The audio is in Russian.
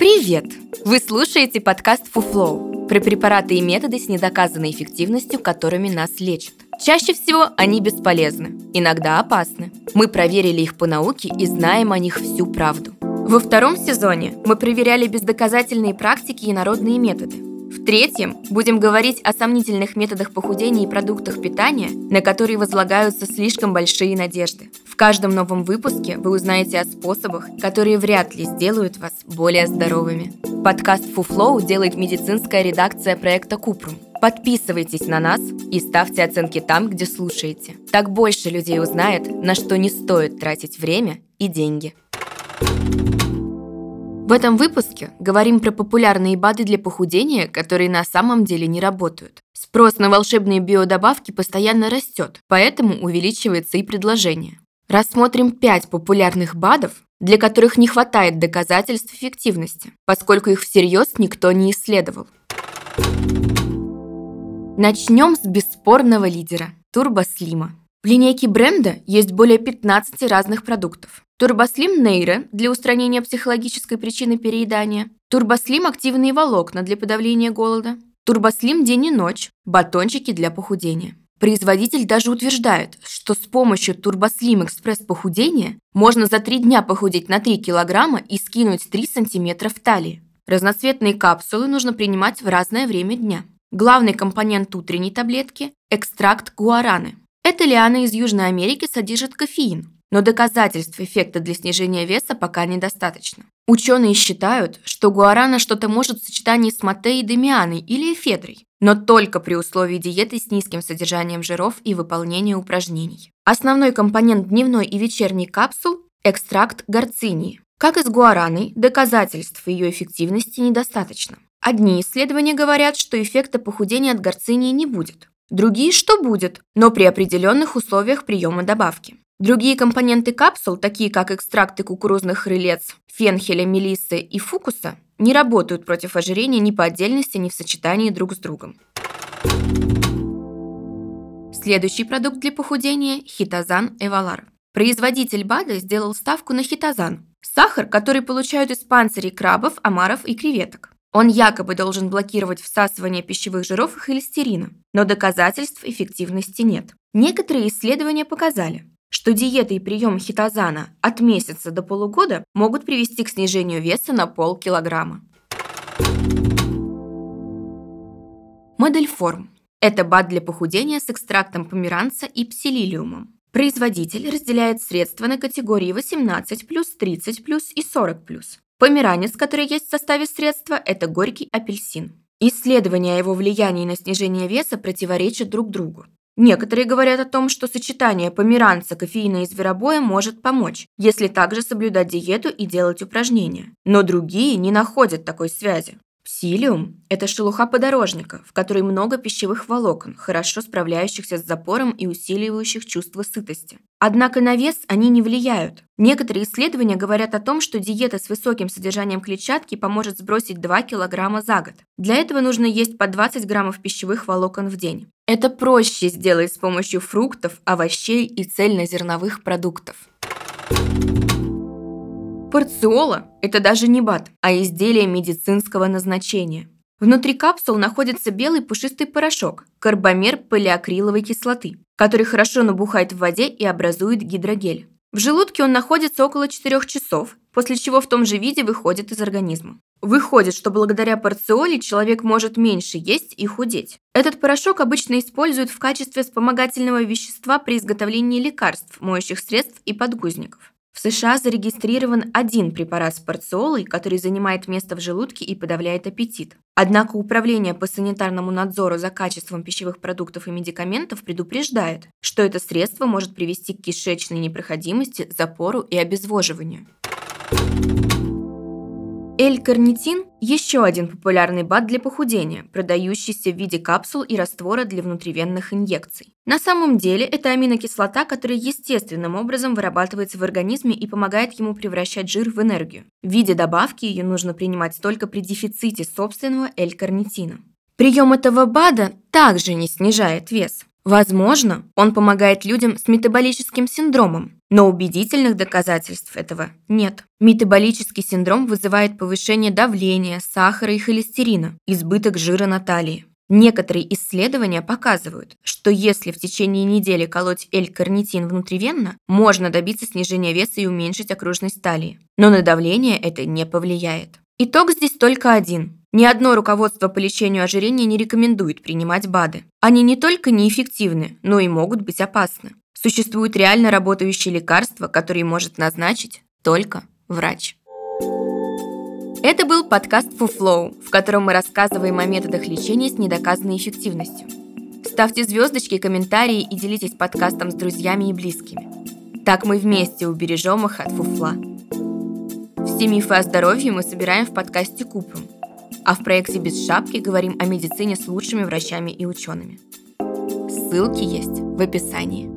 Привет! Вы слушаете подкаст FuFlow про препараты и методы с недоказанной эффективностью, которыми нас лечат. Чаще всего они бесполезны, иногда опасны. Мы проверили их по науке и знаем о них всю правду. Во втором сезоне мы проверяли бездоказательные практики и народные методы. В третьем будем говорить о сомнительных методах похудения и продуктах питания, на которые возлагаются слишком большие надежды. В каждом новом выпуске вы узнаете о способах, которые вряд ли сделают вас более здоровыми. Подкаст FuFlow делает медицинская редакция проекта Купрум. Подписывайтесь на нас и ставьте оценки там, где слушаете. Так больше людей узнает, на что не стоит тратить время и деньги. В этом выпуске говорим про популярные БАДы для похудения, которые на самом деле не работают. Спрос на волшебные биодобавки постоянно растет, поэтому увеличивается и предложение. Рассмотрим 5 популярных БАДов, для которых не хватает доказательств эффективности, поскольку их всерьез никто не исследовал. Начнем с бесспорного лидера – Турбослима. В линейке бренда есть более 15 разных продуктов. Турбослим Нейро для устранения психологической причины переедания, Турбослим активные волокна для подавления голода, Турбослим день и ночь, батончики для похудения. Производитель даже утверждает, что с помощью Турбослим Экспресс похудения можно за 3 дня похудеть на 3 килограмма и скинуть 3 сантиметра в талии. Разноцветные капсулы нужно принимать в разное время дня. Главный компонент утренней таблетки – экстракт гуараны. Эта лиана из Южной Америки содержит кофеин, но доказательств эффекта для снижения веса пока недостаточно. Ученые считают, что гуарана что-то может в сочетании с мате и домианой или эфедрой, но только при условии диеты с низким содержанием жиров и выполнения упражнений. Основной компонент дневной и вечерней капсул – экстракт горцинии. Как и с гуараной, доказательств ее эффективности недостаточно. Одни исследования говорят, что эффекта похудения от горцинии не будет. Другие, что будет, но при определенных условиях приема добавки. Другие компоненты капсул, такие как экстракты кукурузных рылец, фенхеля, мелиссы и фукуса, не работают против ожирения ни по отдельности, ни в сочетании друг с другом. Следующий продукт для похудения – хитозан Эвалар. Производитель БАДа сделал ставку на хитозан – сахар, который получают из панцирей крабов, омаров и креветок. Он якобы должен блокировать всасывание пищевых жиров и холестерина, но доказательств эффективности нет. Некоторые исследования показали, что диета и прием хитозана от месяца до полугода могут привести к снижению веса на полкилограмма. Модельформ – это БАД для похудения с экстрактом померанца и псилилиумом. Производитель разделяет средства на категории 18+, 30+, и 40+. Померанец, который есть в составе средства, это горький апельсин. Исследования о его влиянии на снижение веса противоречат друг другу. Некоторые говорят о том, что сочетание померанца, кофеина и зверобоя может помочь, если также соблюдать диету и делать упражнения. Но другие не находят такой связи. Псилиум – это шелуха подорожника, в которой много пищевых волокон, хорошо справляющихся с запором и усиливающих чувство сытости. Однако на вес они не влияют. Некоторые исследования говорят о том, что диета с высоким содержанием клетчатки поможет сбросить 2 килограмма за год. Для этого нужно есть по 20 граммов пищевых волокон в день. Это проще сделать с помощью фруктов, овощей и цельнозерновых продуктов. Порциола – это даже не БАД, а изделие медицинского назначения. Внутри капсул находится белый пушистый порошок – карбамер полиакриловой кислоты, который хорошо набухает в воде и образует гидрогель. В желудке он находится около 4 часов, после чего в том же виде выходит из организма. Выходит, что благодаря порциоле человек может меньше есть и худеть. Этот порошок обычно используют в качестве вспомогательного вещества при изготовлении лекарств, моющих средств и подгузников. В США зарегистрирован один препарат с порциолой, который занимает место в желудке и подавляет аппетит. Однако Управление по санитарному надзору за качеством пищевых продуктов и медикаментов предупреждает, что это средство может привести к кишечной непроходимости, запору и обезвоживанию. L-карнитин – еще один популярный БАД для похудения, продающийся в виде капсул и раствора для внутривенных инъекций. На самом деле это аминокислота, которая естественным образом вырабатывается в организме и помогает ему превращать жир в энергию. В виде добавки ее нужно принимать только при дефиците собственного L-карнитина. Прием этого БАДа также не снижает вес. Возможно, он помогает людям с метаболическим синдромом, но убедительных доказательств этого нет. Метаболический синдром вызывает повышение давления, сахара и холестерина, избыток жира на талии. Некоторые исследования показывают, что если в течение недели колоть L-карнитин внутривенно, можно добиться снижения веса и уменьшить окружность талии. Но на давление это не повлияет. Итог здесь только один. Ни одно руководство по лечению ожирения не рекомендует принимать БАДы. Они не только неэффективны, но и могут быть опасны. Существуют реально работающие лекарства, которые может назначить только врач. Это был подкаст FuFlow, в котором мы рассказываем о методах лечения с недоказанной эффективностью. Ставьте звездочки, комментарии и делитесь подкастом с друзьями и близкими. Так мы вместе убережем их от фуфла. Все мифы о здоровье мы собираем в подкасте Купрум, а в проекте «Без шапки» говорим о медицине с лучшими врачами и учеными. Ссылки есть в описании.